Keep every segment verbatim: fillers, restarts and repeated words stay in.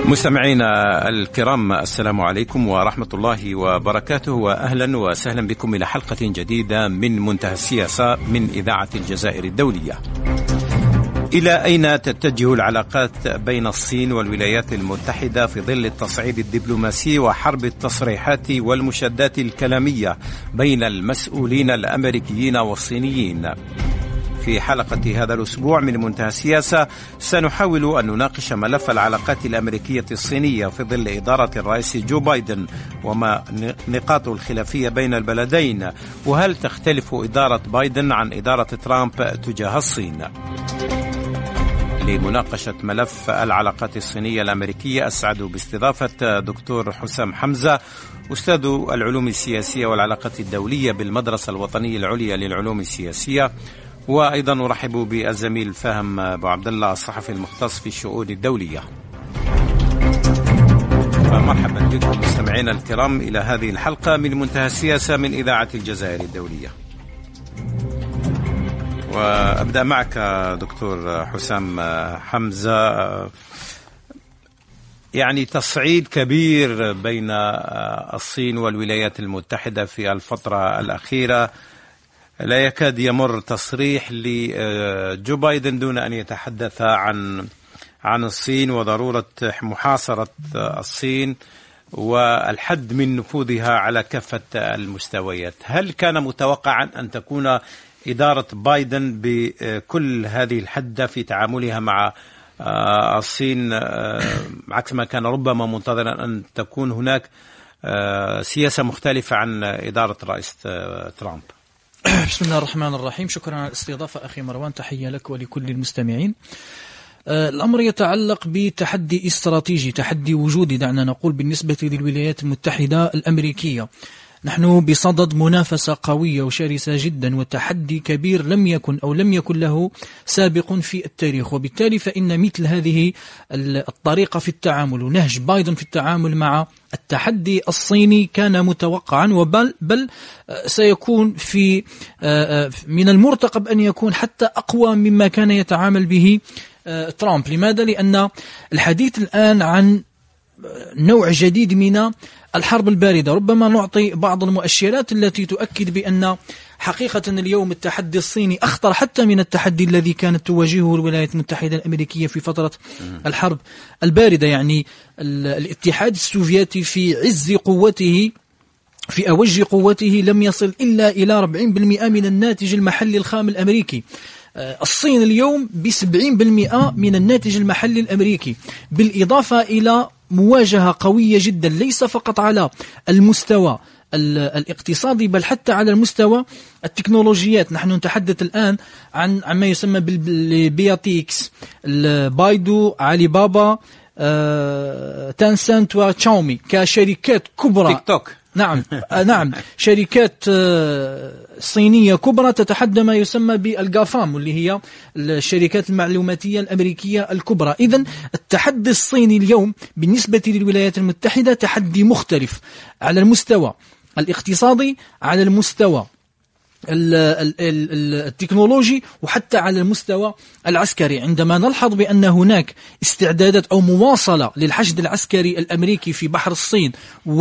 مستمعينا الكرام، السلام عليكم ورحمة الله وبركاته، وأهلا وسهلا بكم إلى حلقة جديدة من منتهى السياسة من إذاعة الجزائر الدولية. إلى أين تتجه العلاقات بين الصين والولايات المتحدة في ظل التصعيد الدبلوماسي وحرب التصريحات والمشادات الكلامية بين المسؤولين الأمريكيين والصينيين؟ في حلقة هذا الأسبوع من منتهى السياسة سنحاول أن نناقش ملف العلاقات الأمريكية الصينية في ظل إدارة الرئيس جو بايدن، وما نقاط الخلافية بين البلدين، وهل تختلف إدارة بايدن عن إدارة ترامب تجاه الصين؟ لمناقشة ملف العلاقات الصينية الأمريكية أسعد باستضافة دكتور حسام حمزة، أستاذ العلوم السياسية والعلاقات الدولية بالمدرسة الوطنية العليا للعلوم السياسية، وأيضا نرحب بالزميل فهم أبو عبد الله الصحفي المختص في الشؤون الدولية. فمرحبا بكم مستمعينا الكرام إلى هذه الحلقة من منتهى السياسة من إذاعة الجزائر الدولية. وأبدأ معك دكتور حسام حمزة. يعني تصعيد كبير بين الصين والولايات المتحدة في الفترة الأخيرة، لا يكاد يمر تصريح لجو بايدن دون أن يتحدث عن عن الصين وضرورة محاصرة الصين والحد من نفوذها على كافة المستويات. هل كان متوقعا أن تكون إدارة بايدن بكل هذه الحدة في تعاملها مع الصين، عكس ما كان ربما منتظرا أن تكون هناك سياسة مختلفة عن إدارة الرئيس ترامب؟ بسم الله الرحمن الرحيم. شكرا على الاستضافة أخي مروان، تحية لك ولكل المستمعين. الأمر يتعلق بتحدي استراتيجي، تحدي وجودي دعنا نقول، بالنسبة للولايات المتحدة الأمريكية. نحن بصدد منافسة قوية وشرسة جدا، وتحدي كبير لم يكن أو لم يكن له سابق في التاريخ، وبالتالي فإن مثل هذه الطريقة في التعامل ونهج بايدن في التعامل مع التحدي الصيني كان متوقعا، وبل بل سيكون في من المرتقب أن يكون حتى أقوى مما كان يتعامل به ترامب. لماذا؟ لأن الحديث الآن عن نوع جديد من الحرب الباردة. ربما نعطي بعض المؤشرات التي تؤكد بأن حقيقة اليوم التحدي الصيني أخطر حتى من التحدي الذي كانت تواجهه الولايات المتحدة الأمريكية في فترة الحرب الباردة. يعني الاتحاد السوفيتي في عز قوته، في أوج قوته، لم يصل إلا إلى أربعين بالمئة من الناتج المحلي الخام الأمريكي. الصين اليوم بسبعين بالمئة من الناتج المحلي الأمريكي، بالإضافة إلى مواجهة قوية جدا ليس فقط على المستوى الاقتصادي بل حتى على المستوى التكنولوجيات. نحن نتحدث الآن عن عما يسمى بالبياتيكس، بايدو، علي بابا، آه، تانسنت وتشاومي كشركات كبرى. تيك توك. نعم نعم شركات صينية كبرى تتحدى ما يسمى بالجافام، واللي هي الشركات المعلوماتية الأمريكية الكبرى. إذن التحدي الصيني اليوم بالنسبة للولايات المتحدة تحدي مختلف على المستوى الاقتصادي، على المستوى التكنولوجي، وحتى على المستوى العسكري. عندما نلحظ بأن هناك استعدادات أو مواصلة للحشد العسكري الأمريكي في بحر الصين،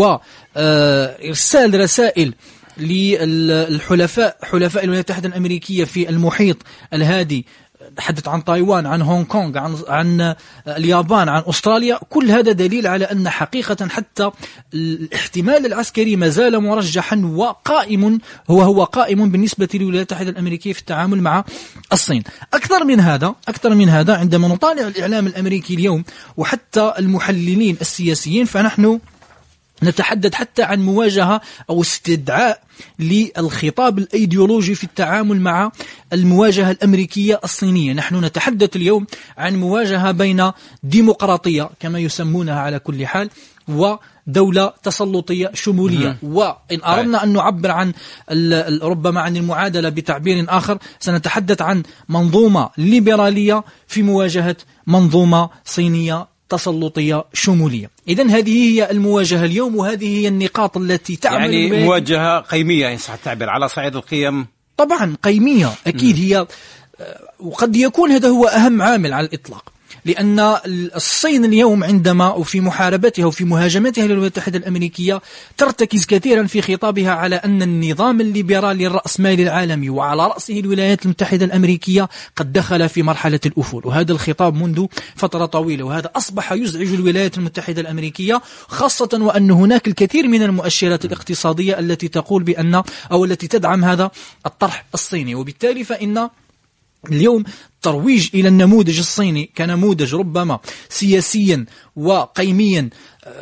وإرسال رسائل للحلفاء حلفاء الولايات المتحدة الأمريكية في المحيط الهادي، تحدث عن تايوان، عن هونغ كونغ، عن عن اليابان، عن أستراليا، كل هذا دليل على أن حقيقة حتى الاحتمال العسكري ما زال مرجحا وقائم، هو هو قائم بالنسبة للولايات المتحدة الأمريكية في التعامل مع الصين. أكثر من هذا أكثر من هذا عندما نطالع الإعلام الأمريكي اليوم وحتى المحللين السياسيين، فنحن نتحدث حتى عن مواجهة أو استدعاء للخطاب الأيديولوجي في التعامل مع المواجهة الأمريكية الصينية. نحن نتحدث اليوم عن مواجهة بين ديمقراطية كما يسمونها على كل حال ودولة تسلطية شمولية. وإن أردنا أن نعبر عن ربما عن المعادلة بتعبير آخر، سنتحدث عن منظومة ليبرالية في مواجهة منظومة صينية تسلطية شمولية. إذن هذه هي المواجهة اليوم، وهذه هي النقاط التي تعمل يعني مواجهة قيمية إن صح التعبير على صعيد القيم. طبعا قيمية أكيد م. هي، وقد يكون هذا هو أهم عامل على الإطلاق. لأن الصين اليوم عندما وفي محاربتها وفي مهاجمتها للولايات المتحدة الأمريكية ترتكز كثيرا في خطابها على أن النظام الليبرالي الرأسمالي العالمي وعلى رأسه الولايات المتحدة الأمريكية قد دخل في مرحلة الأفول، وهذا الخطاب منذ فترة طويلة، وهذا أصبح يزعج الولايات المتحدة الأمريكية، خاصة وأن هناك الكثير من المؤشرات الاقتصادية التي تقول بأن أو التي تدعم هذا الطرح الصيني. وبالتالي فإن اليوم الترويج إلى النموذج الصيني كنموذج ربما سياسيا وقيميا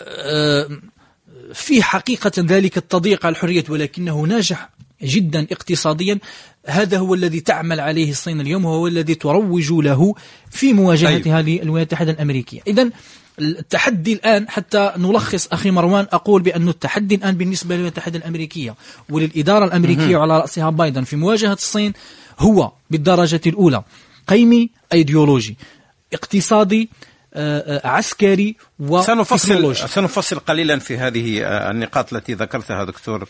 في حقيقة ذلك التضييق على الحرية ولكنه ناجح جدا اقتصاديا، هذا هو الذي تعمل عليه الصين اليوم وهو الذي تروج له في مواجهتها للولايات المتحدة الأمريكية. إذن التحدي الآن، حتى نلخص أخي مروان، أقول بأن التحدي الآن بالنسبة للولايات المتحدة الأمريكية وللإدارة الأمريكية وعلى رأسها بايدن في مواجهة الصين هو بالدرجة الأولى قيمي أيديولوجي، اقتصادي، عسكري وتكنولوجي. سنفصل, سنفصل قليلا في هذه النقاط التي ذكرتها دكتور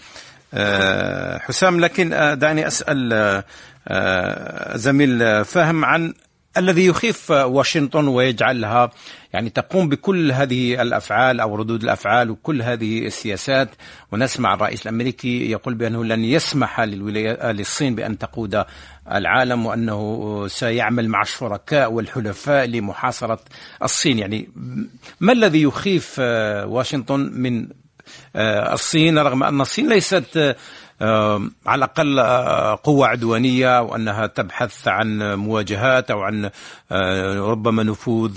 حسام، لكن دعني أسأل زميل فهم عن الذي يخيف واشنطن ويجعلها يعني تقوم بكل هذه الأفعال أو ردود الأفعال وكل هذه السياسات. ونسمع الرئيس الأمريكي يقول بأنه لن يسمح للصين بأن تقود العالم، وأنه سيعمل مع الشركاء والحلفاء لمحاصرة الصين. يعني ما الذي يخيف واشنطن من الصين، رغم أن الصين ليست على الأقل قوة عدوانية وأنها تبحث عن مواجهات أو عن ربما نفوذ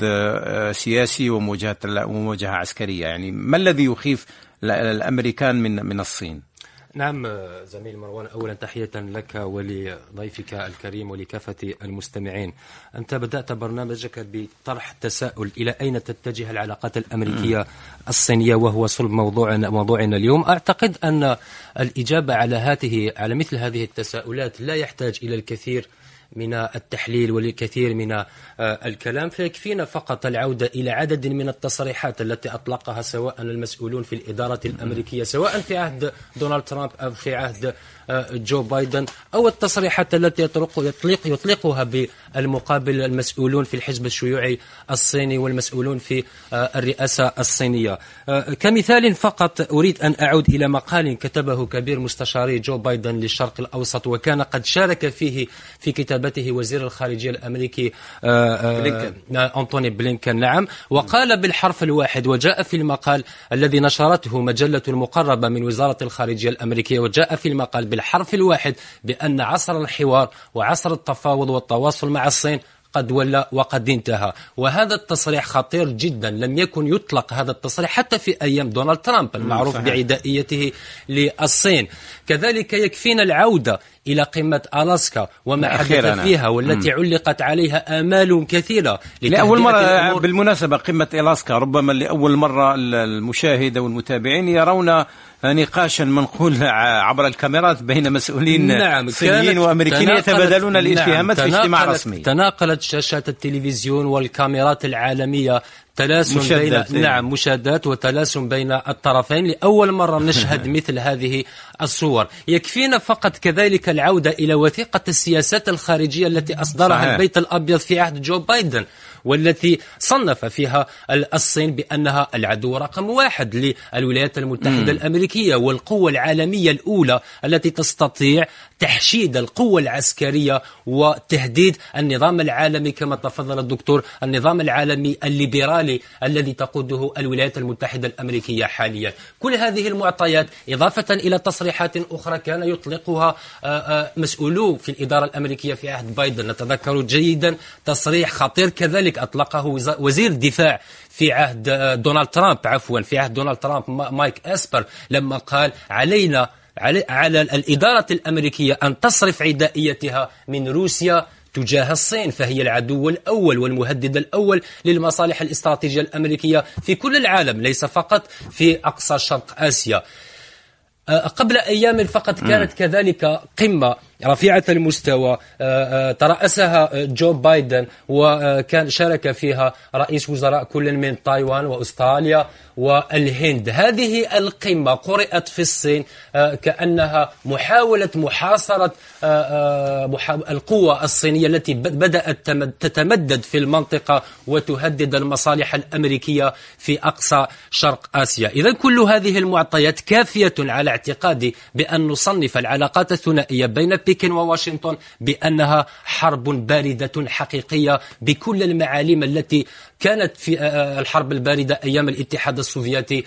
سياسي ومواجهة عسكرية؟ يعني ما الذي يخيف الأمريكان من من الصين؟ نعم زميل مروان، أولا تحية لك ولضيفك الكريم ولكافة المستمعين. أنت بدأت برنامجك بطرح تساؤل إلى أين تتجه العلاقات الأمريكية الصينية، وهو صلب موضوعنا موضوعنا اليوم. أعتقد أن الإجابة على هذه على مثل هذه التساؤلات لا يحتاج إلى الكثير من التحليل والكثير من الكلام، فيكفينا فقط العودة إلى عدد من التصريحات التي أطلقها سواء المسؤولون في الإدارة الأمريكية سواء في عهد دونالد ترامب أو في عهد جو بايدن، أو التصريحات التي يطلق يطلق يطلقها بالمقابل المسؤولون في الحزب الشيوعي الصيني والمسؤولون في الرئاسة الصينية. كمثال فقط أريد أن أعود إلى مقال كتبه كبير مستشاري جو بايدن للشرق الأوسط، وكان قد شارك فيه في كتابته وزير الخارجية الأمريكي بلينكن. أنتوني بلينكن. نعم، وقال بالحرف الواحد، وجاء في المقال الذي نشرته مجلة المقربة من وزارة الخارجية الأمريكية، وجاء في المقال بالحرف الواحد بأن عصر الحوار وعصر التفاوض والتواصل مع الصين قد ولى وقد انتهى. وهذا التصريح خطير جدا، لم يكن يطلق هذا التصريح حتى في أيام دونالد ترامب المعروف بعدائيته للصين. كذلك يكفينا العودة إلى قمة ألاسكا وما حدث فيها والتي مم. علقت عليها آمال كثيرة. لأول مرة بالمناسبة قمة ألاسكا ربما لأول مرة المشاهدة والمتابعين يرون نقاشا منقول عبر الكاميرات بين مسؤولين نعم صينيين وأمريكيين يتبادلون الاتهامات نعم في اجتماع رسمي. تناقلت شاشات التلفزيون والكاميرات العالمية تلاسم بين نعم مشادات وتلاسم بين الطرفين. لأول مرة نشهد مثل هذه الصور. يكفينا فقط كذلك العودة إلى وثيقة السياسات الخارجية التي أصدرها صحيح. البيت الأبيض في عهد جو بايدن، والتي صنف فيها الصين بأنها العدو رقم واحد للولايات المتحدة م. الأمريكية والقوة العالمية الأولى التي تستطيع تحشيد القوة العسكرية وتهديد النظام العالمي كما تفضل الدكتور، النظام العالمي الليبرالي الذي تقوده الولايات المتحدة الأمريكية حاليا. كل هذه المعطيات إضافة إلى تصريحات أخرى كان يطلقها مسؤولو في الإدارة الأمريكية في عهد بايدن. نتذكر جيدا تصريح خطير كذلك أطلقه وزير الدفاع في عهد دونالد ترامب عفوا في عهد دونالد ترامب مايك أسبر، لما قال علينا على الإدارة الأمريكية أن تصرف عدائيتها من روسيا تجاه الصين، فهي العدو الأول والمهدد الأول للمصالح الاستراتيجية الأمريكية في كل العالم، ليس فقط في أقصى شرق آسيا. قبل أيام فقط كانت كذلك قمة رفيعة المستوى ترأسها جو بايدن، وكان شارك فيها رئيس وزراء كل من تايوان وأستراليا والهند. هذه القمة قرأت في الصين كأنها محاولة محاصرة القوة الصينية التي بدأت تتمدد في المنطقة وتهدد المصالح الأمريكية في أقصى شرق آسيا. إذن كل هذه المعطيات كافية على اعتقادي بأن نصنف العلاقات الثنائية بين بكين وواشنطن بأنها حرب باردة حقيقية بكل المعالم التي كانت في الحرب الباردة أيام الاتحاد السوفيتي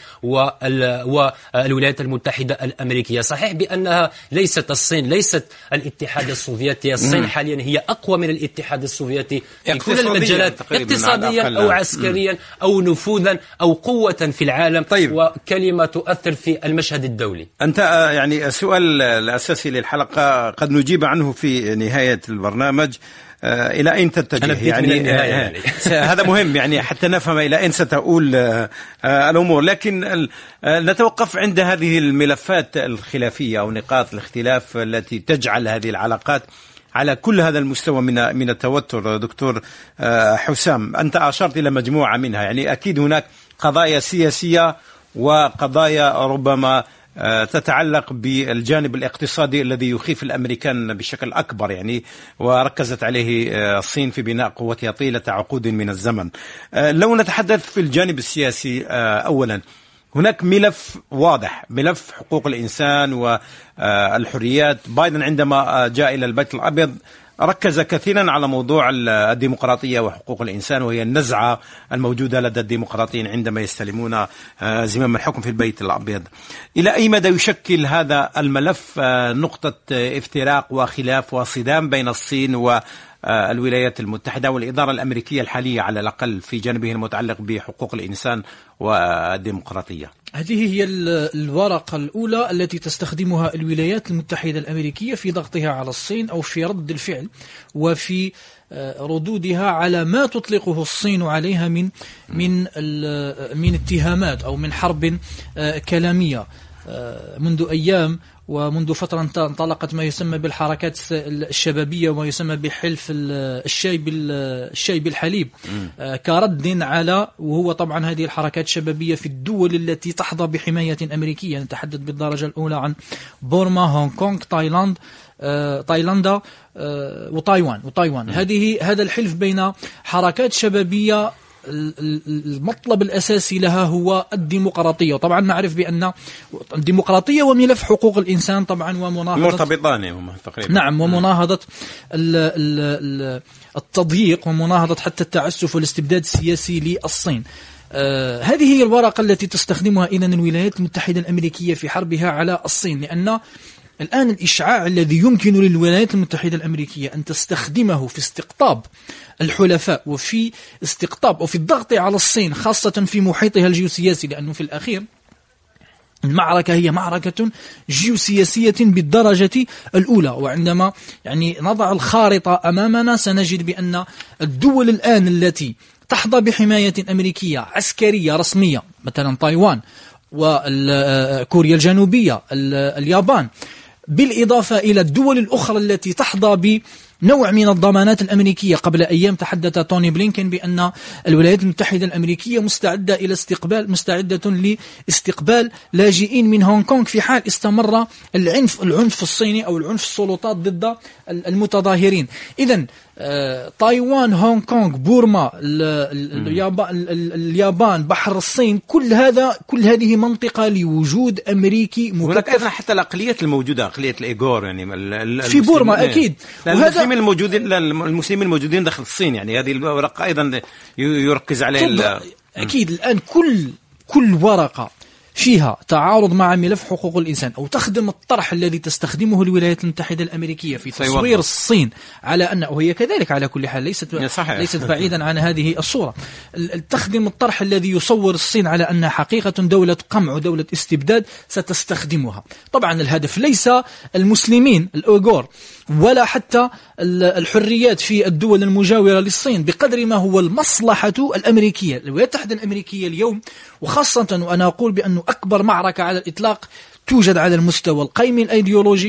والولايات المتحدة الأمريكية. صحيح بأنها ليست الصين ليست الاتحاد السوفيتي، الصين حاليا هي أقوى من الاتحاد السوفيتي في كل المجالات، اقتصاديا أو عسكريا أو نفوذا أو قوة في العالم. طيب. وكلمة تؤثر في المشهد الدولي. أنت يعني السؤال الأساسي للحلقة قد نجيب عنه في نهاية البرنامج، إلى أين تتجه؟ يعني, يعني هذا مهم يعني حتى نفهم إلى أين ستؤول الأمور. لكن نتوقف عند هذه الملفات الخلافية أو نقاط الاختلاف التي تجعل هذه العلاقات على كل هذا المستوى من من التوتر. دكتور حسام، أنت أشرت إلى مجموعة منها، يعني أكيد هناك قضايا سياسية وقضايا ربما تتعلق بالجانب الاقتصادي الذي يخيف الأمريكان بشكل أكبر، يعني وركزت عليه الصين في بناء قوتها طيلة عقود من الزمن. لو نتحدث في الجانب السياسي أولا، هناك ملف واضح، ملف حقوق الإنسان والحريات. بايدن عندما جاء إلى البيت الأبيض ركز كثيرا على موضوع الديمقراطية وحقوق الإنسان، وهي النزعة الموجودة لدى الديمقراطيين عندما يستلمون زمام الحكم في البيت الأبيض. إلى أي مدى يشكل هذا الملف نقطة افتراق وخلاف وصدام بين الصين والولايات المتحدة والإدارة الأمريكية الحالية على الأقل في جانبه المتعلق بحقوق الإنسان والديمقراطية؟ هذه هي الورقة الأولى التي تستخدمها الولايات المتحدة الأمريكية في ضغطها على الصين أو في رد الفعل وفي ردودها على ما تطلقه الصين عليها من من من اتهامات أو من حرب كلامية. منذ أيام ومنذ فترة انطلقت ما يسمى بالحركات الشبابية وما يسمى بحلف الشاي الشاي بالحليب كرد على، وهو طبعا هذه الحركات الشبابية في الدول التي تحظى بحماية أمريكية. نتحدث بالدرجة الأولى عن بورما، هونغ كونغ، تايلاند، تايلاندا وتايوان وتايوان هذه هذا الحلف بين حركات شبابية المطلب الأساسي لها هو الديمقراطية. وطبعا نعرف بأن الديمقراطية وملف حقوق الإنسان طبعا ومناهضة مرتبطان هما تقريبا. نعم، ومناهضة التضييق ومناهضة حتى التعسف والاستبداد السياسي للصين. آه هذه هي الورقة التي تستخدمها إذن الولايات المتحدة الأمريكية في حربها على الصين، لأن الآن الإشعاع الذي يمكن للولايات المتحدة الأمريكية أن تستخدمه في استقطاب الحلفاء وفي استقطاب وفي الضغط على الصين خاصة في محيطها الجيوسياسي، لأنه في الأخير المعركة هي معركة جيوسياسية بالدرجة الأولى. وعندما يعني نضع الخارطة أمامنا سنجد بأن الدول الآن التي تحظى بحماية أمريكية عسكرية رسمية مثلا تايوان وكوريا الجنوبية، اليابان، بالإضافة إلى الدول الأخرى التي تحظى بنوع من الضمانات الأمريكية. قبل أيام تحدث توني بلينكين بأن الولايات المتحدة الأمريكية مستعدة إلى استقبال مستعدة لاستقبال لاجئين من هونغ كونغ في حال استمر العنف العنف الصيني أو العنف السلطات ضد المتظاهرين. إذن تايوان، هونغ كونغ، بورما، اليابان, اليابان، بحر الصين، كل هذا كل هذه منطقة لوجود أمريكي مكثف. حتى الأقليات الموجودة، أقلية الإيغور يعني في بورما أكيد، وهذا المسلمين الموجودين المسلمين الموجودين داخل الصين، يعني هذه الورقة أيضا يركز عليها. أكيد الآن كل كل ورقة فيها تعارض مع ملف حقوق الإنسان أو تخدم الطرح الذي تستخدمه الولايات المتحدة الأمريكية في تصوير الصين على أن، وهي كذلك على كل حال ليست ليست بعيدا عن هذه الصورة، تخدم الطرح الذي يصور الصين على أنها حقيقة دولة قمع ودولة استبداد ستستخدمها. طبعا الهدف ليس المسلمين الأويغور ولا حتى الحريات في الدول المجاورة للصين بقدر ما هو المصلحة الأمريكية. الولايات المتحدة الأمريكية اليوم، وخاصة وأنا أقول بأنه أكبر معركة على الإطلاق توجد على المستوى القيمي الأيديولوجي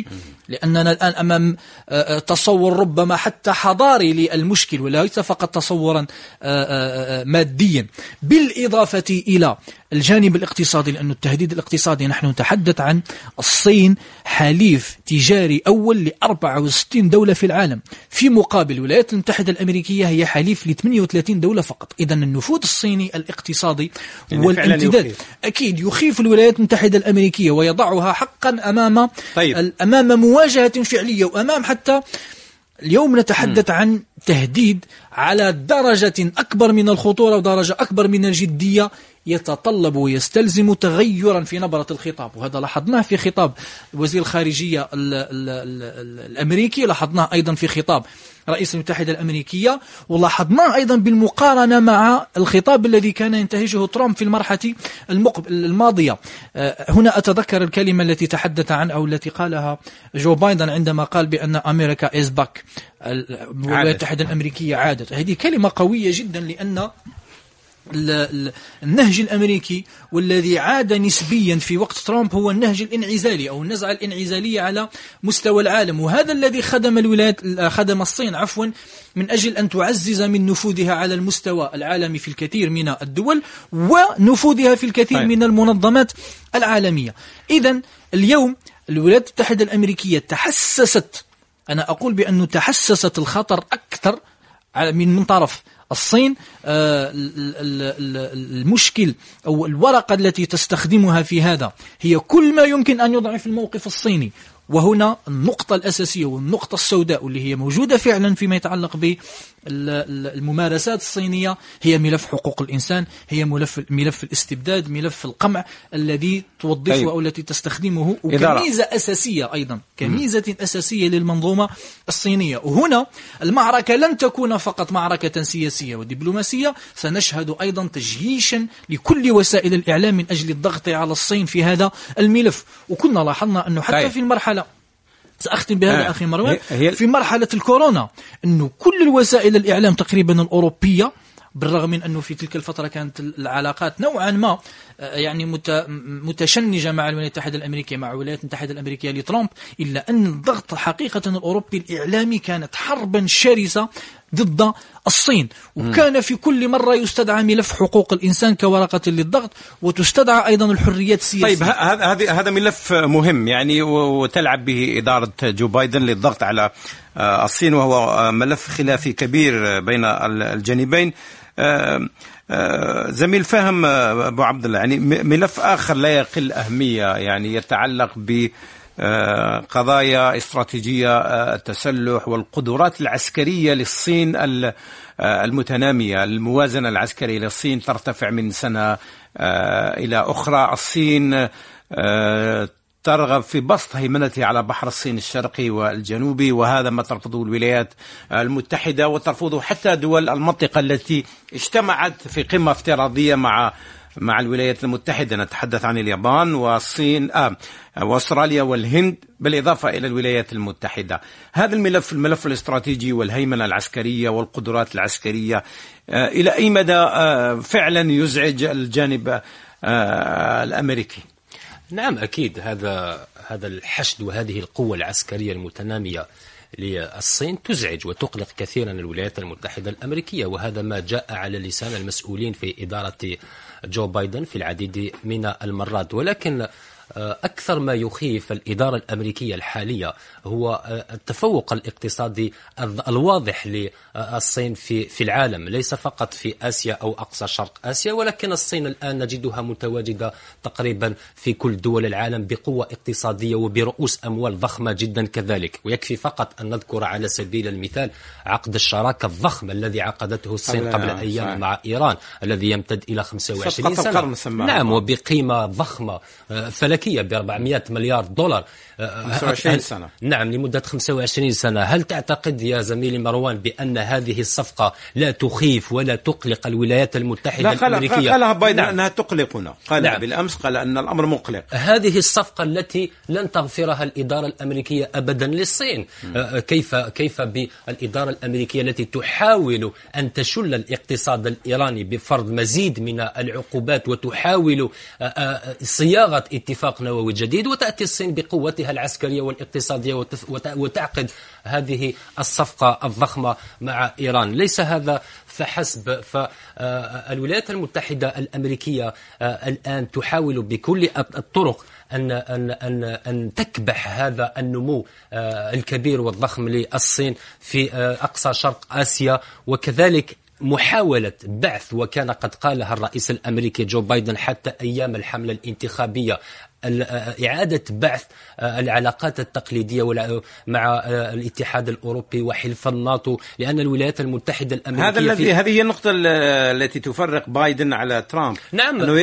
لأننا الآن أمام تصور ربما حتى حضاري للمشكل وليس فقط تصورا ماديا، بالإضافة إلى الجانب الاقتصادي، لأن التهديد الاقتصادي نحن نتحدث عن الصين حليف تجاري أول ل أربعة وستين دولة في العالم، في مقابل الولايات المتحدة الأمريكية هي حليف ل ثمانية وثلاثين دولة فقط. إذن النفوذ الصيني الاقتصادي يعني والامتداد يخيف. أكيد يخيف الولايات المتحدة الأمريكية ويضعها حقا أمام طيب. أمام مواجهة فعلية، وأمام حتى اليوم نتحدث م. عن تهديد على درجة أكبر من الخطورة ودرجة أكبر من الجدية، يتطلب ويستلزم تغيرا في نبرة الخطاب، وهذا لاحظناه في خطاب وزير الخارجية ال ال ال الأمريكي، لاحظناه أيضا في خطاب رئيس المتحدة الأمريكية، ولاحظناه أيضا بالمقارنة مع الخطاب الذي كان ينتهجه ترامب في المرحلة الماضية. هنا أتذكر الكلمة التي تحدث عن أو التي قالها جو بايدن عندما قال بأن أمريكا إز باك، الولايات المتحدة الأمريكية عادت. هذه كلمة قوية جدا، لأن النهج الأمريكي والذي عاد نسبيا في وقت ترامب هو النهج الانعزالي أو النزعة الانعزالية على مستوى العالم، وهذا الذي خدم الولايات خدم الصين عفوا من أجل أن تعزز من نفوذها على المستوى العالمي في الكثير من الدول ونفوذها في الكثير طيب. من المنظمات العالمية. إذن اليوم الولايات المتحدة الأمريكية تحسست، أنا أقول بأنه تحسست الخطر أكثر من من طرف الصين. المشكل أو الورقة التي تستخدمها في هذا هي كل ما يمكن أن يضعف الموقف الصيني، وهنا النقطة الأساسية والنقطة السوداء اللي هي موجودة فعلا فيما يتعلق بالممارسات الصينية هي ملف حقوق الإنسان، هي ملف ملف الاستبداد، ملف القمع الذي توظفه أيوة. أو التي تستخدمه، وكميزة أساسية أيضا كميزة م. أساسية للمنظومة الصينية. وهنا المعركة لن تكون فقط معركة سياسية ودبلوماسية، سنشهد أيضا تجييشا لكل وسائل الإعلام من أجل الضغط على الصين في هذا الملف. وكنا لاحظنا أنه حتى أيوة. في المرحلة سأختم بهذا آه. أخي مروان هي... في مرحلة الكورونا أنه كل الوسائل الإعلام تقريبا الأوروبية، بالرغم من أنه في تلك الفترة كانت العلاقات نوعا ما يعني متشنجة مع الولايات المتحدة الأمريكية مع الولايات المتحدة الأمريكية لترامب، إلا أن الضغط حقيقة الأوروبي الإعلامي كانت حربا شرسة ضد الصين، وكان في كل مرة يستدعى ملف حقوق الإنسان كورقة للضغط، وتستدعى أيضا الحريات السياسية. طيب هذا هذا ملف مهم يعني، وتلعب به إدارة جو بايدن للضغط على الصين، وهو ملف خلافي كبير بين الجانبين. زميل فهم أبو عبد الله، يعني ملف آخر لا يقل أهمية يعني يتعلق ب قضايا استراتيجية التسلح والقدرات العسكرية للصين المتنامية. الموازنة العسكرية للصين ترتفع من سنة إلى أخرى. الصين ترغب في بسط هيمنتها على بحر الصين الشرقي والجنوبي، وهذا ما ترفضه الولايات المتحدة وترفضه حتى دول المنطقة التي اجتمعت في قمة افتراضية مع مع الولايات المتحدة. نتحدث عن اليابان والصين آه واستراليا والهند بالإضافة إلى الولايات المتحدة. هذا الملف الملف الاستراتيجي والهيمنة العسكرية والقدرات العسكرية آه إلى أي مدى آه فعلا يزعج الجانب آه الأمريكي؟ نعم أكيد، هذا هذا الحشد وهذه القوة العسكرية المتنامية للصين تزعج وتقلق كثيرا الولايات المتحدة الأمريكية، وهذا ما جاء على لسان المسؤولين في إدارة جو بايدن في العديد من المرات. ولكن أكثر ما يخيف الإدارة الأمريكية الحالية هو التفوق الاقتصادي الواضح للصين في في العالم، ليس فقط في آسيا أو أقصى شرق آسيا، ولكن الصين الآن نجدها متواجدة تقريبا في كل دول العالم بقوة اقتصادية وبرؤوس أموال ضخمة جدا كذلك. ويكفي فقط أن نذكر على سبيل المثال عقد الشراكة الضخم الذي عقدته الصين قبل أيام صحيح. مع إيران الذي يمتد إلى خمسة وعشرين سنة، نعم، وبقيمة ضخمة فلكية ب أربعمائة مليار دولار خمسة وعشرين سنة، نعم، لمدة خمسة وعشرين سنة. هل تعتقد يا زميلي مروان بأن هذه الصفقة لا تخيف ولا تقلق الولايات المتحدة لا الأمريكية؟ لا قالها بايدن نعم. أنها تقلقنا، قال نعم. بالأمس قال أن الأمر مقلق. هذه الصفقة التي لن تغفرها الإدارة الأمريكية أبدا للصين. م. كيف كيف بالإدارة الأمريكية التي تحاول أن تشل الاقتصاد الإيراني بفرض مزيد من العقوبات وتحاول صياغة اتفاق اتفاق نووي جديد، وتأتي الصين بقوتها العسكرية والاقتصادية وتعقد هذه الصفقة الضخمة مع إيران. ليس هذا فحسب، فالولايات المتحدة الأمريكية الآن تحاول بكل الطرق أن أن أن أن تكبح هذا النمو الكبير والضخم للصين في أقصى شرق آسيا، وكذلك محاولة بعث، وكان قد قالها الرئيس الأمريكي جو بايدن حتى أيام الحملة الانتخابية، إعادة بعث العلاقات التقليدية مع الاتحاد الأوروبي وحلف الناتو، لأن الولايات المتحدة الأمريكية هذا الذي هذه هي النقطة التي تفرق بايدن على ترامب. نعم، أنه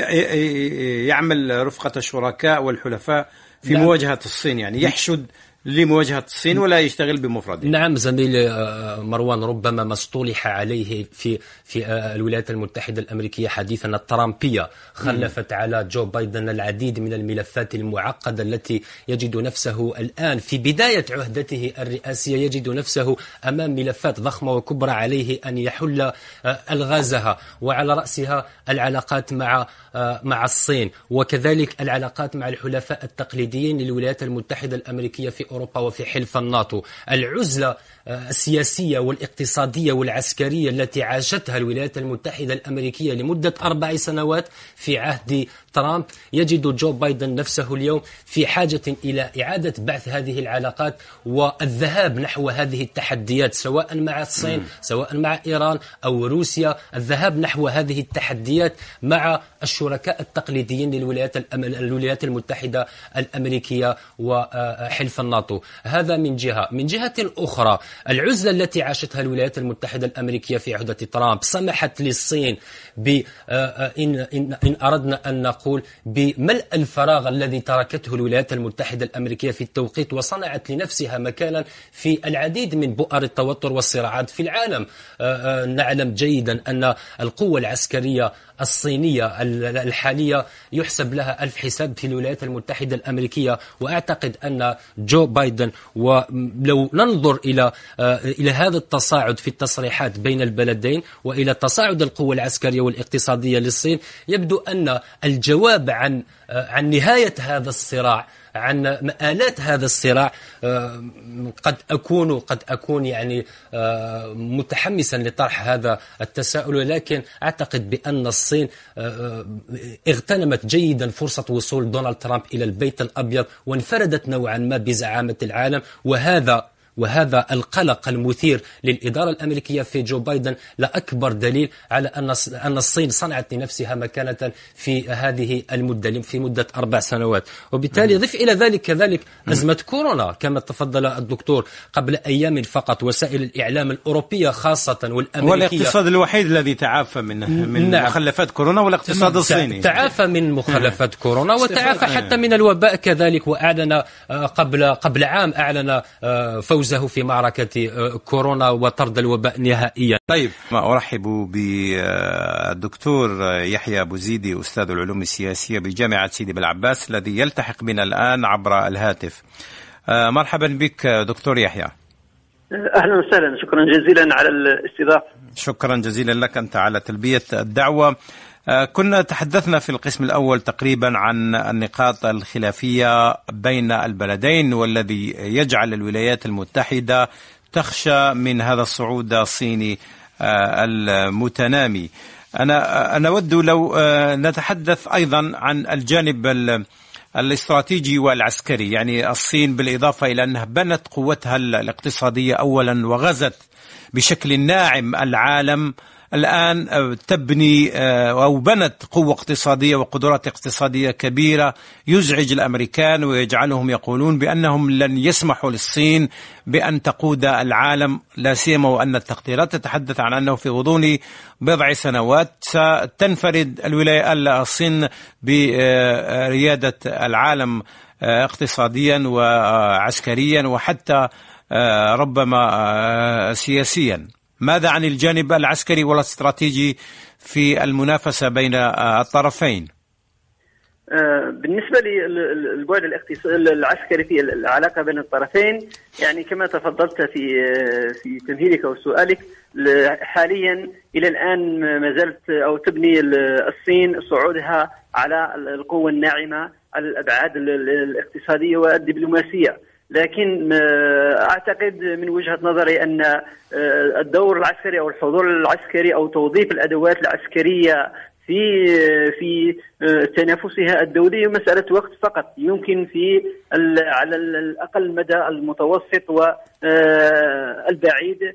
يعمل رفقة الشركاء والحلفاء في نعم. مواجهة الصين، يعني يحشد لمواجهة الصين ولا يشتغل بمفرده. نعم زميلي مروان، ربما ما اصطلح عليه في في الولايات المتحدة الأمريكية حديثا الترامبية خلفت م. على جو بايدن العديد من الملفات المعقدة التي يجد نفسه الآن في بداية عهدته الرئاسية، يجد نفسه أمام ملفات ضخمة وكبرى عليه أن يحل ألغازها، وعلى رأسها العلاقات مع مع الصين، وكذلك العلاقات مع الحلفاء التقليديين للولايات المتحدة الأمريكية في أوروبا وفي حلف الناتو. العزلة السياسية والاقتصادية والعسكرية التي عاشتها الولايات المتحدة الأمريكية لمدة أربع سنوات في عهد ترامب، يجد جو بايدن نفسه اليوم في حاجة إلى إعادة بعث هذه العلاقات والذهاب نحو هذه التحديات، سواء مع الصين سواء مع إيران أو روسيا، الذهاب نحو هذه التحديات مع الشركاء التقليديين للولايات الولايات المتحدة الأمريكية وحلف الناتو. هذا من جهة. من جهة أخرى، العزلة التي عاشتها الولايات المتحدة الأمريكية في عهدة ترامب سمحت للصين ب إن إن إن أردنا أن نقول بملء الفراغ الذي تركته الولايات المتحدة الأمريكية في التوقيت، وصنعت لنفسها مكانا في العديد من بؤر التوتر والصراعات في العالم. نعلم جيدا أن القوة العسكرية الصينية الحالية يحسب لها ألف حساب في الولايات المتحدة الأمريكية، وأعتقد أن جو بايدن، ولو ننظر إلى إلى هذا التصاعد في التصريحات بين البلدين وإلى تصاعد القوة العسكرية والاقتصادية للصين، يبدو أن الجواب عن عن نهاية هذا الصراع، عن مآلات هذا الصراع، قد أكون قد أكون يعني متحمسا لطرح هذا التساؤل، ولكن أعتقد بأن الصين اغتنمت جيدا فرصة وصول دونالد ترامب إلى البيت الأبيض وانفردت نوعا ما بزعامة العالم، وهذا وهذا القلق المثير للإدارة الأمريكية في جو بايدن لا أكبر دليل على أن أن الصين صنعت لنفسها مكانة في هذه المدة في مدة أربع سنوات. وبالتالي ضف إلى ذلك كذلك أزمة كورونا كما تفضل الدكتور قبل أيام فقط. وسائل الإعلام الأوروبية خاصة والأمريكية، هو الاقتصاد الوحيد الذي تعافى من من نعم. مخلفات كورونا، والاقتصاد الصيني تعافى من مخلفات كورونا وتعافى حتى من الوباء كذلك. وأعلن قبل قبل عام أعلن فوزه في معركة كورونا وطرد الوباء نهائيا. طيب، أرحب بالدكتور يحيى بوزيدي أستاذ العلوم السياسية بجامعة سيدي بالعباس الذي يلتحق بنا الآن عبر الهاتف. مرحبا بك دكتور يحيى. أهلا وسهلا، شكرا جزيلا على الاستضافة. شكرا جزيلا لك أنت على تلبية الدعوة. كنا تحدثنا في القسم الأول تقريبا عن النقاط الخلافية بين البلدين، والذي يجعل الولايات المتحدة تخشى من هذا الصعود الصيني المتنامي. أنا أنا أود لو نتحدث أيضا عن الجانب الاستراتيجي والعسكري، يعني الصين بالإضافة إلى أنها بنت قوتها الاقتصادية أولا وغزت بشكل ناعم العالم، الآن تبني أو بنت قوة اقتصادية وقدرات اقتصادية كبيرة يزعج الأمريكان ويجعلهم يقولون بأنهم لن يسمحوا للصين بأن تقود العالم، لا سيما وأن التقديرات تتحدث عن أنه في غضون بضع سنوات ستنفرد الولاية الصين بريادة العالم اقتصاديا وعسكريا وحتى ربما سياسيا. ماذا عن الجانب العسكري والاستراتيجي في المنافسة بين الطرفين؟ بالنسبة للبعد العسكري في العلاقة بين الطرفين، يعني كما تفضلت في في تمهيدك وسؤالك، حاليا إلى الآن ما زالت أو تبني الصين صعودها على القوة الناعمة على الأبعاد الاقتصادية والدبلوماسية. لكن أعتقد من وجهة نظري أن الدور العسكري أو الحضور العسكري أو توظيف الأدوات العسكرية في في تنافسها الدولي مسألة وقت فقط. يمكن في على الأقل المدى المتوسط والبعيد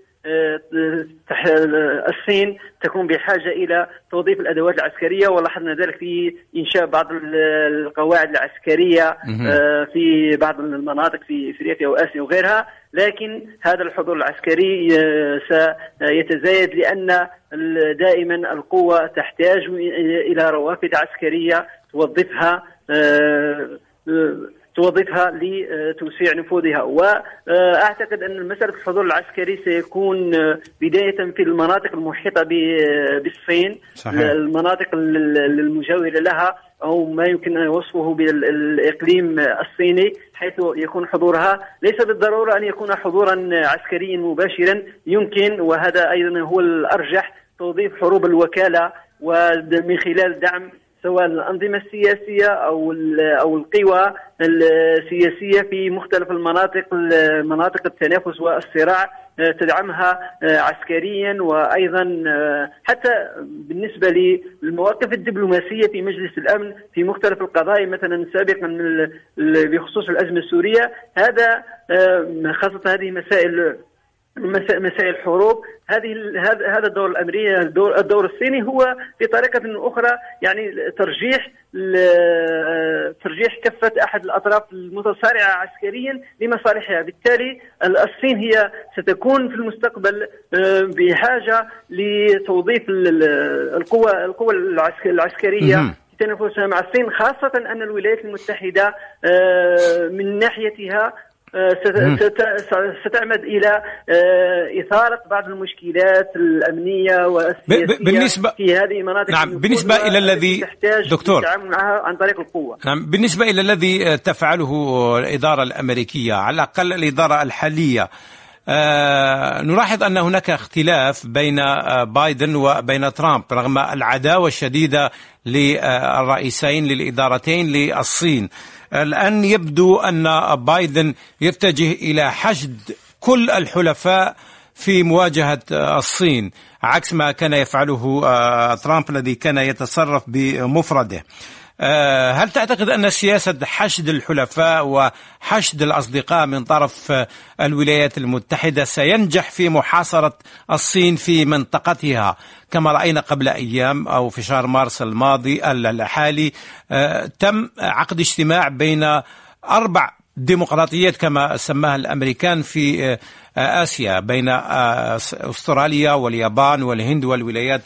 الصين تكون بحاجة إلى توظيف الأدوات العسكرية، ولاحظنا ذلك في إنشاء بعض القواعد العسكرية في بعض المناطق في أفريقيا وآسيا وغيرها. لكن هذا الحضور العسكري سيتزايد لأن دائما القوة تحتاج إلى روافد عسكرية توظفها توظفها لتوسيع نفوذها. وأعتقد أن مسألة الحضور العسكري سيكون بداية في المناطق المحيطة بالصين، صحيح. المناطق المجاورة لها أو ما يمكن أن وصفه بالإقليم الصيني، حيث يكون حضورها ليس بالضرورة أن يكون حضورا عسكريا مباشرا. يمكن، وهذا أيضا هو الأرجح، توظيف حروب الوكالة ومن خلال دعم سواء الأنظمة السياسية أو أو القوى السياسية في مختلف المناطق مناطق التنافس والصراع، تدعمها عسكريا. وأيضا حتى بالنسبة للمواقف الدبلوماسية في مجلس الأمن في مختلف القضايا، مثلا سابقا بخصوص الأزمة السورية، هذا خاصة هذه مسائل مسائل حروب، هذه هذا الدور الأمريكي الدور, الدور الصيني هو بطريقة أخرى يعني ترجيح ترجيح كفة أحد الأطراف المتصارعة عسكريا لمصالحها. بالتالي الصين هي ستكون في المستقبل بحاجة لتوظيف القوى القوى العسكرية في تنافسها مع الصين، خاصة أن الولايات المتحدة من ناحيتها ستعمد إلى إثارة بعض المشكلات الأمنية والسياسية بالنسبة في هذه المناطق. نعم، بالنسبة إلى الذي دكتور التعامل معها عن طريق القوة. نعم، بالنسبة إلى الذي تفعله الإدارة الأمريكية، على الأقل الإدارة الحالية، آه نلاحظ أن هناك اختلاف بين آه بايدن وبين ترامب رغم العداوة الشديدة للرئيسين للإدارتين للصين. الآن يبدو أن بايدن يتجه إلى حشد كل الحلفاء في مواجهة الصين، عكس ما كان يفعله ترامب الذي كان يتصرف بمفرده. هل تعتقد أن سياسة حشد الحلفاء وحشد الأصدقاء من طرف الولايات المتحدة سينجح في محاصرة الصين في منطقتها، كما رأينا قبل أيام أو في شهر مارس الماضي الحالي تم عقد اجتماع بين أربع ديمقراطيات كما سماها الأمريكان في آسيا، بين أستراليا واليابان والهند والولايات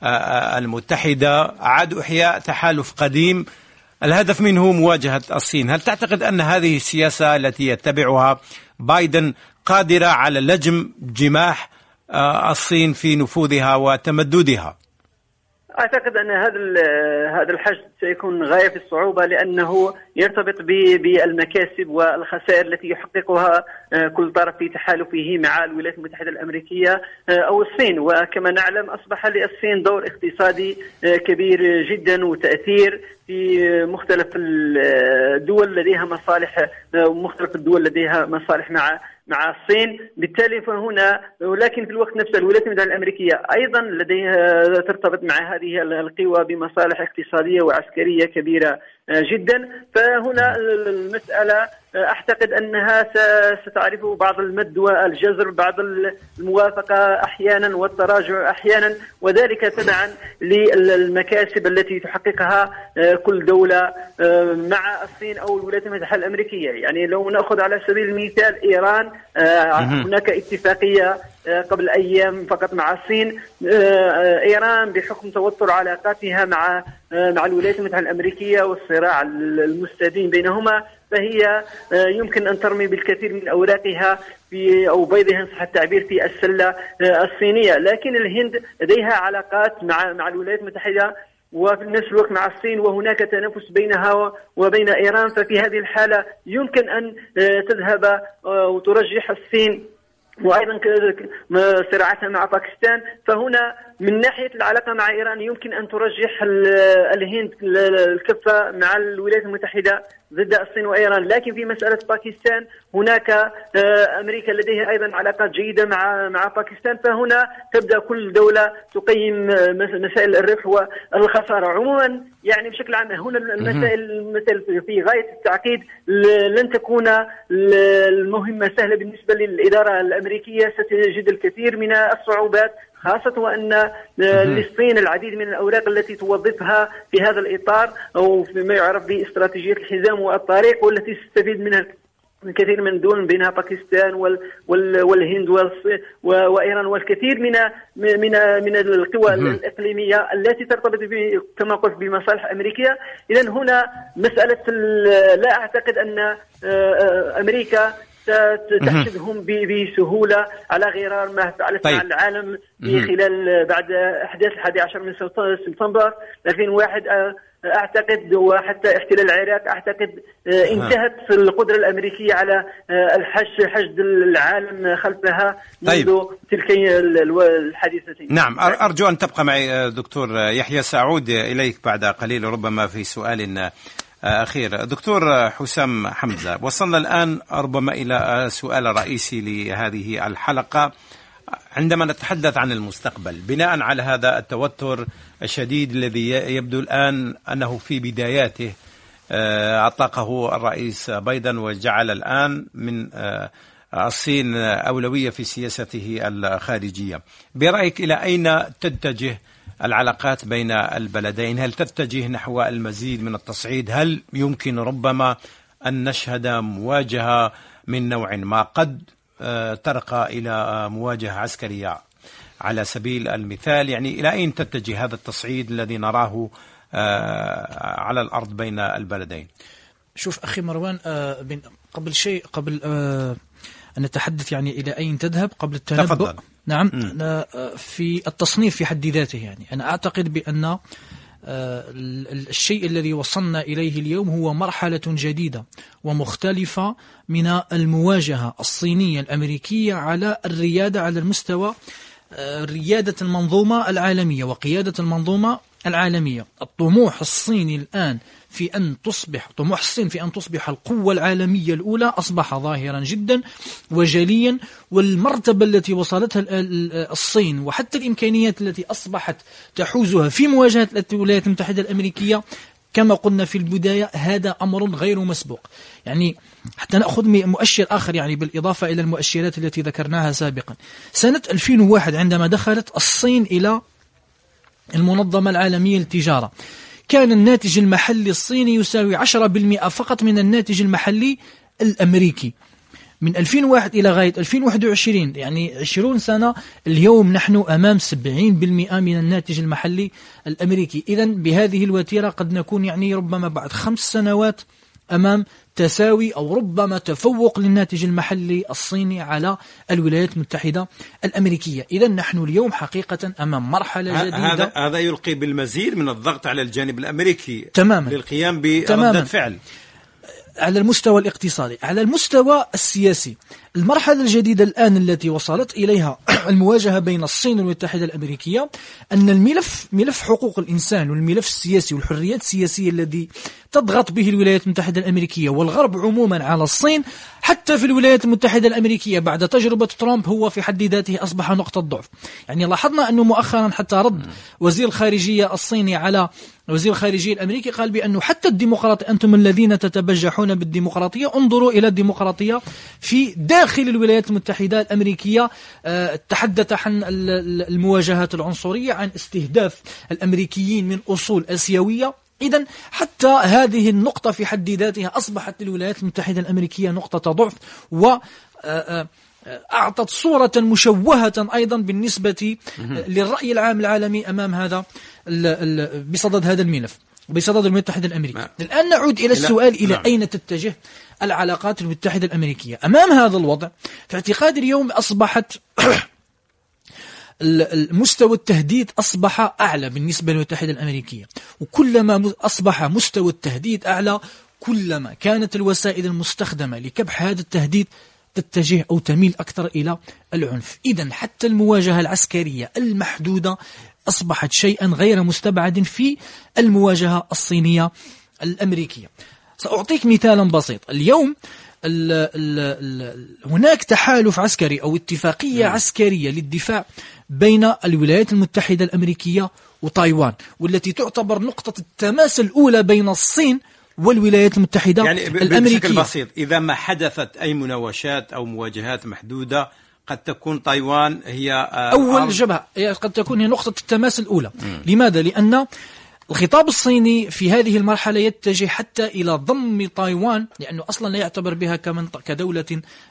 المتحدة، أعادوا إحياء تحالف قديم الهدف منه مواجهة الصين. هل تعتقد أن هذه السياسة التي يتبعها بايدن قادرة على لجم جماح الصين في نفوذها وتمددها؟ أعتقد أن هذا هذا الحشد سيكون غاية في الصعوبة، لأنه يرتبط بالمكاسب والخسائر التي يحققها كل طرف في تحالفه مع الولايات المتحدة الأمريكية أو الصين. وكما نعلم أصبح للصين دور اقتصادي كبير جدا وتأثير في مختلف الدول لديها مصالح مختلف الدول لديها مصالح مع مع الصين. بالتالي فهنا، ولكن في الوقت نفسه الولايات المتحدة الأمريكية أيضا لديها ترتبط مع هذه القوى بمصالح اقتصادية وعسكرية كبيرة جدا. فهنا المسألة أعتقد أنها ستعرف بعض المد والجزر، بعض الموافقة أحيانا والتراجع أحيانا، وذلك تبعا للمكاسب التي تحققها كل دولة مع الصين أو الولايات المتحدة الأمريكية. يعني لو نأخذ على سبيل المثال إيران، هناك اتفاقية قبل أيام فقط مع الصين. إيران بحكم توتر علاقاتها مع مع الولايات المتحدة الأمريكية والصراع المستديم بينهما، فهي يمكن أن ترمي بالكثير من أوراقها في أو بيضها إن صح التعبير في السلة الصينية. لكن الهند لديها علاقات مع مع الولايات المتحدة وفي نفس الوقت مع الصين، وهناك تنافس بينها وبين إيران. ففي هذه الحالة يمكن أن تذهب وترجح الصين وأيضا صراعاتها مع باكستان. فهنا من ناحية العلاقة مع إيران يمكن أن ترجح الهند الكفة مع الولايات المتحدة ضد الصين وإيران، لكن في مسألة باكستان هناك أمريكا لديها أيضا علاقات جيدة مع مع باكستان، فهنا تبدأ كل دولة تقيم مسائل الربح والخسارة. عموما يعني بشكل عام هنا المسائل المسائل في غاية التعقيد، لن تكون المهمة سهلة بالنسبة للإدارة الأمريكية، ستجد الكثير من الصعوبات، خاصة وأن للصين العديد من الأوراق التي توظفها في هذا الإطار أو فيما يعرف باستراتيجية الحزام والطريق، والتي تستفيد منها الكثير من الدول بينها باكستان وال وال والهند وإيران والكثير من من من القوى الإقليمية التي ترتبط كما قلت بمصالح أمريكية. إذن هنا مسألة لا أعتقد أن أمريكا تحسبهم بسهولة على غرار ما فعلت طيب. مع العالم في خلال بعد أحداث الحادي عشر من سبتمبر ألفين وواحد أعتقد، وحتى احتلال العراق أعتقد انتهت القدرة الأمريكية على الحشد حشد العالم خلفها منذ طيب. تلك الحادثتين. نعم، أرجو أن تبقى معي دكتور يحيى، سأعود إليك بعد قليل ربما في سؤال أخير. دكتور حسام حمزة، وصلنا الآن ربما إلى سؤال رئيسي لهذه الحلقة عندما نتحدث عن المستقبل بناء على هذا التوتر الشديد الذي يبدو الآن أنه في بداياته. أطلقه الرئيس بايدن وجعل الآن من الصين أولوية في سياسته الخارجية. برأيك إلى أين تتجه العلاقات بين البلدين؟ هل تتجه نحو المزيد من التصعيد؟ هل يمكن ربما أن نشهد مواجهة من نوع ما قد ترقى إلى مواجهة عسكرية على سبيل المثال؟ يعني إلى أين تتجه هذا التصعيد الذي نراه على الأرض بين البلدين؟ شوف أخي مروان، قبل شيء قبل أن نتحدث يعني إلى أين تذهب، قبل التنبؤ تفضل. نعم م. في التصنيف في حد ذاته، يعني أنا أعتقد بأن الشيء الذي وصلنا إليه اليوم هو مرحلة جديدة ومختلفة من المواجهة الصينية الأمريكية على الريادة على المستوى ريادة المنظومة العالمية وقيادة المنظومة العالمية. الطموح الصيني الآن في أن تصبح طموح الصين في أن تصبح القوة العالمية الأولى أصبح ظاهرا جدا وجليا، والمرتبة التي وصلتها الصين وحتى الإمكانيات التي أصبحت تحوزها في مواجهة الولايات المتحدة الأمريكية كما قلنا في البداية هذا أمر غير مسبوق. يعني حتى نأخذ مؤشر آخر يعني بالإضافة إلى المؤشرات التي ذكرناها سابقا، سنة ألفين وواحد عندما دخلت الصين إلى المنظمة العالمية للتجارة كان الناتج المحلي الصيني يساوي عشرة بالمئة فقط من الناتج المحلي الأمريكي. من ألفين وواحد إلى غاية ألفين وواحد وعشرين يعني عشرين سنة، اليوم نحن أمام سبعين بالمئة من الناتج المحلي الأمريكي. إذن بهذه الوتيرة قد نكون يعني ربما بعد خمس سنوات أمام تساوي أو ربما تفوق للناتج المحلي الصيني على الولايات المتحدة الأمريكية. إذن نحن اليوم حقيقة أمام مرحلة جديدة. هذا هذا يلقي بالمزيد من الضغط على الجانب الأمريكي تماما للقيام بردة فعل على المستوى الاقتصادي. على المستوى السياسي، المرحلة الجديدة الآن التي وصلت إليها المواجهة بين الصين والولايات المتحدة الأمريكية أن الملف ملف حقوق الإنسان والملف السياسي والحريات السياسية الذي تضغط به الولايات المتحدة الأمريكية والغرب عموما على الصين حتى في الولايات المتحدة الأمريكية بعد تجربة ترامب هو في حد ذاته أصبح نقطة ضعف. يعني لاحظنا أنه مؤخرا حتى رد وزير الخارجية الصيني على وزير الخارجية الأمريكي قال بأنه حتى الديمقراطية أنتم الذين تتبجحون بالديمقراطية انظروا إلى الديمقراطية في داخل الولايات المتحدة الأمريكية. أه تحدث عن المواجهات العنصرية، عن استهداف الأمريكيين من أصول آسيوية. إذن حتى هذه النقطة في حد ذاتها أصبحت للولايات المتحدة الأمريكية نقطة ضعف، وأعطت صورة مشوهة أيضا بالنسبة للرأي العام العالمي أمام هذا بصدد هذا الملف بصدد الولايات المتحدة الأمريكية. الآن نعود إلى السؤال إلى نعم. أين تتجه العلاقات المتحدة الأمريكية أمام هذا الوضع؟ في اعتقادي اليوم أصبحت المستوى التهديد أصبح أعلى بالنسبة للولايات المتحدة الأمريكية، وكلما أصبح مستوى التهديد أعلى كلما كانت الوسائل المستخدمة لكبح هذا التهديد تتجه أو تميل أكثر إلى العنف. إذن حتى المواجهة العسكرية المحدودة أصبحت شيئا غير مستبعد في المواجهة الصينية الأمريكية. سأعطيك مثالا بسيط. اليوم ال ال ال هناك تحالف عسكري أو اتفاقية عسكرية للدفاع بين الولايات المتحدة الأمريكية وتايوان، والتي تعتبر نقطة التماس الأولى بين الصين والولايات المتحدة يعني الأمريكية. بشكل بسيط، إذا ما حدثت أي مناوشات أو مواجهات محدودة قد تكون تايوان هي أول جبهة، قد تكون هي نقطة التماس الأولى. م. لماذا؟ لأن الخطاب الصيني في هذه المرحلة يتجه حتى إلى ضم تايوان، لأنه أصلا لا يعتبر بها كدولة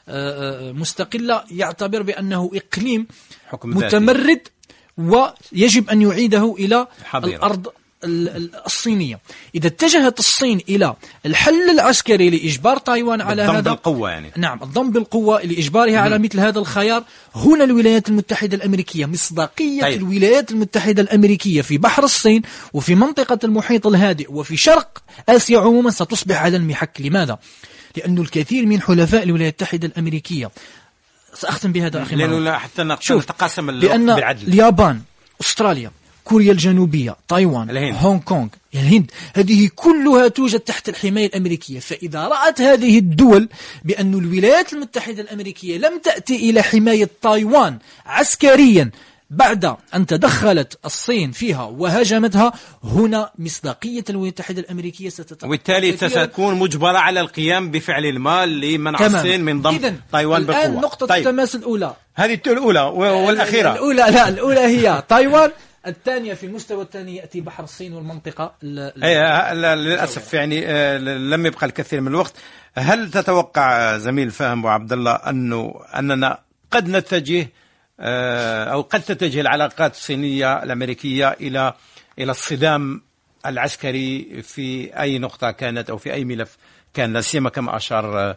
مستقلة، يعتبر بأنه إقليم متمرد ويجب أن يعيده إلى حضيرة. الأرض الصينية. إذا اتجهت الصين إلى الحل العسكري لإجبار تايوان على هذا بالقوة، يعني نعم الضم بالقوة لإجبارها على مثل هذا الخيار، هنا الولايات المتحدة الأمريكية مصداقية طيب. الولايات المتحدة الأمريكية في بحر الصين وفي منطقة المحيط الهادئ وفي شرق آسيا عموما ستصبح على المحك. لماذا؟ لأن الكثير من حلفاء الولايات المتحدة الأمريكية، سأختم بهذا أخي لأنه لا حتى نتقاسم لأن بالعدل. اليابان، أستراليا، كوريا الجنوبية، تايوان، الهند. هونغ كونغ، الهند، هذه كلها توجد تحت الحماية الأمريكية. فإذا رأت هذه الدول بأن الولايات المتحدة الأمريكية لم تأتي إلى حماية تايوان عسكريا بعد أن تدخلت الصين فيها وهاجمتها، هنا مصداقية الولايات المتحدة الأمريكية ستتقل، وبالتالي ستكون مجبرة على القيام بفعل المال لمنع الصين من ضم تايوان بقوة. الآن نقطة طيب. التماس الأولى، هذه الأولى والأخيرة. الأولى لا الأولى هي تايوان، الثانية في المستوى الثاني يأتي بحر الصين والمنطقة. أي للأسف يعني لم يبقى الكثير من الوقت. هل تتوقع زميل فهم وعبد الله أنه أننا قد نتجه أو قد تتجه العلاقات الصينية الأمريكية إلى إلى الصدام العسكري في أي نقطة كانت أو في أي ملف كان، لا سيما كما أشار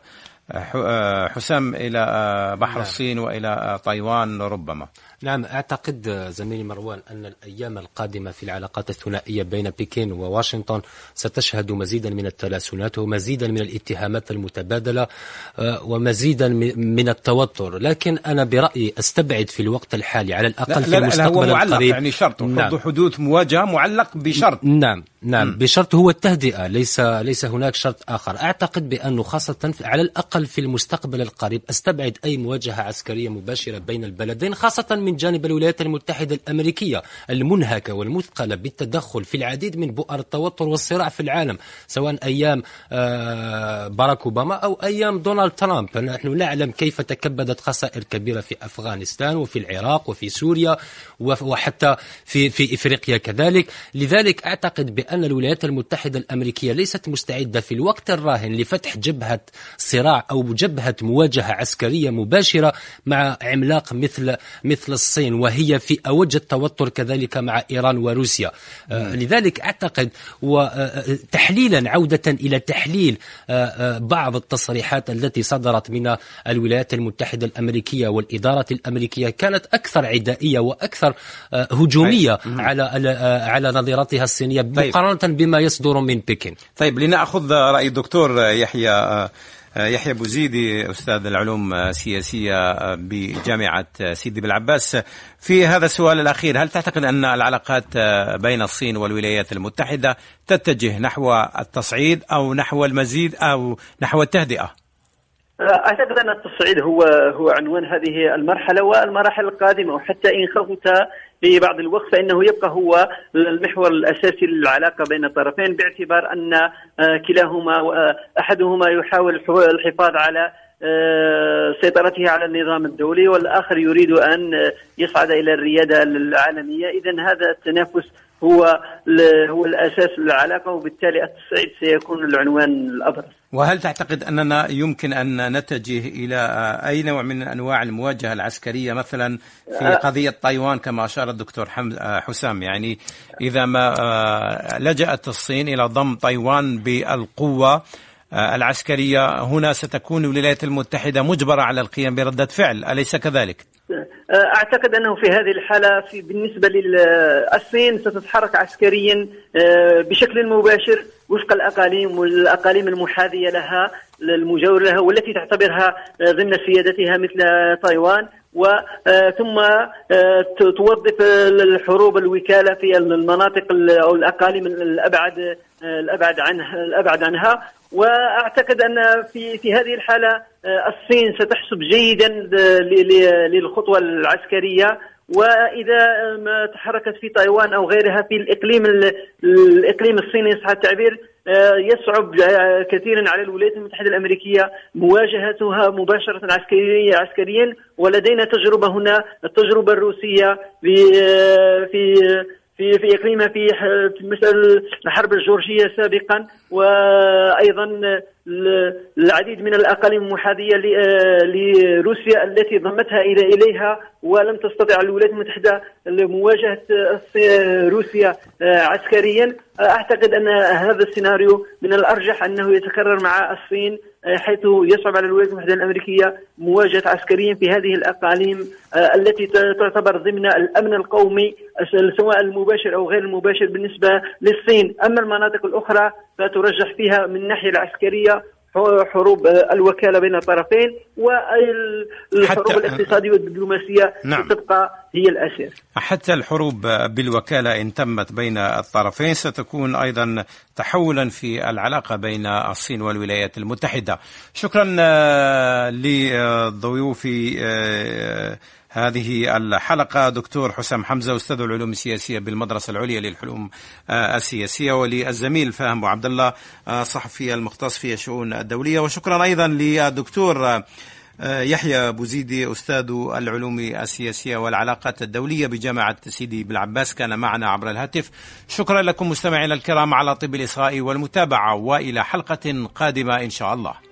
حسام إلى بحر نعم. الصين وإلى تايوان ربما؟ نعم، أعتقد زميلي مروان أن الأيام القادمة في العلاقات الثنائية بين بكين وواشنطن ستشهد مزيدا من التلاسنات ومزيدا من الاتهامات المتبادلة ومزيدا من التوتر، لكن أنا برأيي أستبعد في الوقت الحالي على الأقل في المستقبل القريب، يعني شرط نعم. حدوث مواجهة معلق بشرط نعم نعم م. بشرط هو التهدئة، ليس ليس هناك شرط آخر. أعتقد بأنه خاصة على الأقل في المستقبل القريب أستبعد أي مواجهة عسكرية مباشرة بين البلدين، خاصة من جانب الولايات المتحدة الأمريكية المنهكة والمثقلة بالتدخل في العديد من بؤر التوتر والصراع في العالم، سواء أيام باراك أوباما أو أيام دونالد ترامب. نحن نعلم كيف تكبدت خسائر كبيرة في أفغانستان وفي العراق وفي سوريا وحتى في في إفريقيا كذلك. لذلك أعتقد بأن الولايات المتحدة الأمريكية ليست مستعدة في الوقت الراهن لفتح جبهة صراع أو جبهة مواجهة عسكرية مباشرة مع عملاق مثل مثل الصين، وهي في أوج التوتر كذلك مع إيران وروسيا. آه لذلك أعتقد وتحليلا عودة إلى تحليل آه بعض التصريحات التي صدرت من الولايات المتحدة الأمريكية والإدارة الأمريكية كانت أكثر عدائية وأكثر آه هجومية طيب. على على نظيرتها الصينية مقارنة طيب. بما يصدر من بكين. طيب لنأخذ رأي الدكتور يحيى يحيى بوزيدي أستاذ العلوم السياسية بجامعة سيدي بالعباس في هذا السؤال الأخير. هل تعتقد أن العلاقات بين الصين والولايات المتحدة تتجه نحو التصعيد أو نحو المزيد أو نحو التهدئة؟ أعتقد أن التصعيد هو هو عنوان هذه المرحلة والمراحل القادمة، وحتى إن خفت في بعض الوقت فإنه يبقى هو المحور الأساسي للعلاقة بين الطرفين، باعتبار أن كلاهما أحدهما يحاول الحفاظ على سيطرته على النظام الدولي والآخر يريد أن يصعد إلى الريادة العالمية. إذن هذا التنافس هو هو الأساس للعلاقة، وبالتالي التصعيد سيكون العنوان الأبرز. وهل تعتقد أننا يمكن أن نتجه إلى أي نوع من أنواع المواجهة العسكرية مثلا في قضية تايوان كما أشار الدكتور حسام؟ يعني إذا ما لجأت الصين إلى ضم تايوان بالقوة العسكرية، هنا ستكون الولايات المتحدة مجبرة على القيام بردة فعل، أليس كذلك؟ أعتقد أنه في هذه الحالة في بالنسبة للصين ستتحرك عسكريا بشكل مباشر وفق الأقاليم والأقاليم المحاذية لها المجاورة لها والتي تعتبرها ضمن سيادتها مثل تايوان، وثم توظف الحروب الوكالة في المناطق أو الأقاليم الأبعد الأبعد عنها الأبعد عنها وأعتقد أن في في هذه الحالة الصين ستحسب جيدا للخطوة العسكرية، وإذا ما تحركت في تايوان أو غيرها في الإقليم الإقليم الصيني صح التعبير يصعب كثيرا على الولايات المتحدة الأمريكية مواجهتها مباشرة عسكريا عسكريا ولدينا تجربة هنا، التجربة الروسية في في في في إقليمها في مثل الحرب الجورجية سابقا، وأيضا العديد من الأقاليم المحاذية لروسيا التي ضمتها إلى إليها ولم تستطع الولايات المتحدة مواجهة روسيا عسكريا. أعتقد أن هذا السيناريو من الأرجح أنه يتكرر مع الصين، حيث يصعب على الولايات المتحدة الأمريكية مواجهة عسكريا في هذه الأقاليم التي تعتبر ضمن الأمن القومي سواء المباشر أو غير المباشر بالنسبة للصين. أما المناطق الأخرى فترجح فيها من الناحية العسكرية حروب الوكالة بين الطرفين، والحروب الاقتصادية والدبلوماسية نعم. تبقى هي الأساس. حتى الحروب بالوكالة إن تمت بين الطرفين ستكون أيضا تحولا في العلاقة بين الصين والولايات المتحدة. شكرا لضيوفي هذه الحلقة دكتور حسام حمزة أستاذ العلوم السياسية بالمدرسة العليا للعلوم السياسية، وللزميل فاهم عبد الله صحفي المختص في الشؤون الدولية، وشكرا أيضا للدكتور يحيى بوزيدي أستاذ العلوم السياسية والعلاقات الدولية بجامعة سيدي بالعباس كان معنا عبر الهاتف. شكرا لكم مستمعينا الكرام على طيب الإصغاء والمتابعة، وإلى حلقة قادمة إن شاء الله.